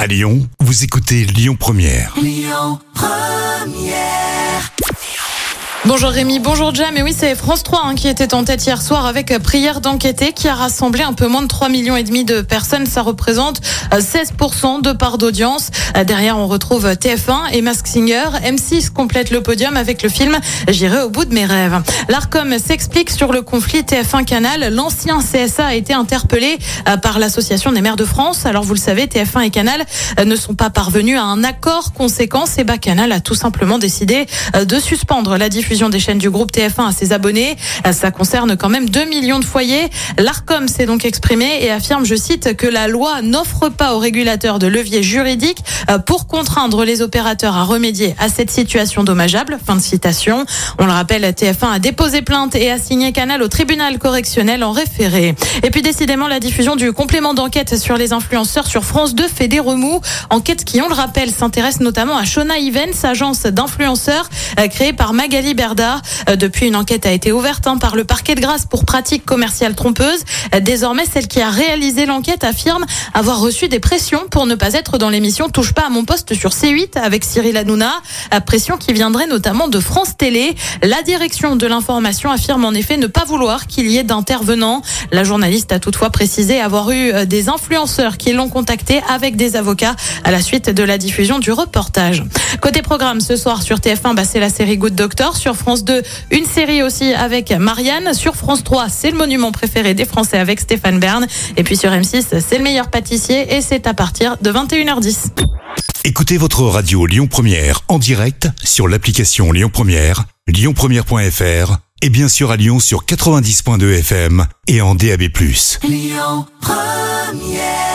À Lyon, vous écoutez Lyon Première. Lyon Première. Bonjour Rémi, bonjour Jam. Et oui, c'est France 3 qui était en tête hier soir avec Prière d'enquêter qui a rassemblé un peu moins de 3,5 millions de personnes. Ça représente 16% de part d'audience. Derrière, on retrouve TF1 et Masked Singer. M6 complète le podium avec le film J'irai au bout de mes rêves. L'Arcom s'explique sur le conflit TF1 Canal. L'ancien CSA a été interpellé par l'Association des maires de France. Alors vous le savez, TF1 et Canal ne sont pas parvenus à un accord. Conséquence, Canal a tout simplement décidé de suspendre la diffusion des chaînes du groupe TF1 à ses abonnés. Ça concerne quand même 2 millions de foyers. L'Arcom s'est donc exprimé et affirme, je cite, que la loi n'offre pas aux régulateurs de levier juridique pour contraindre les opérateurs à remédier à cette situation dommageable. Fin de citation. On le rappelle, TF1 a déposé plainte et a signé Canal au tribunal correctionnel en référé. Et puis décidément, la diffusion du complément d'enquête sur les influenceurs sur France 2 fait des remous. Enquête qui, on le rappelle, s'intéresse notamment à Shona Events, agence d'influenceurs créée par Magali Berda. Depuis, une enquête a été ouverte par le parquet de Grasse pour pratiques commerciales trompeuses. Désormais, celle qui a réalisé l'enquête affirme avoir reçu des pressions pour ne pas être dans l'émission Touche pas à mon poste sur C8 avec Cyril Hanouna. Pression qui viendrait notamment de France Télé. La direction de l'information affirme en effet ne pas vouloir qu'il y ait d'intervenants. La journaliste a toutefois précisé avoir eu des influenceurs qui l'ont contacté avec des avocats à la suite de la diffusion du reportage. Côté programme, ce soir sur TF1, c'est la série Good Doctor. Sur France 2, une série aussi avec Marianne. Sur France 3, c'est le monument préféré des Français avec Stéphane Bern. Et puis sur M6, c'est le meilleur pâtissier et c'est à partir de 21h10. Écoutez votre radio Lyon Première en direct sur l'application Lyon Première, lyonpremière.fr et bien sûr à Lyon sur 90.2 FM et en DAB+. Lyon Première.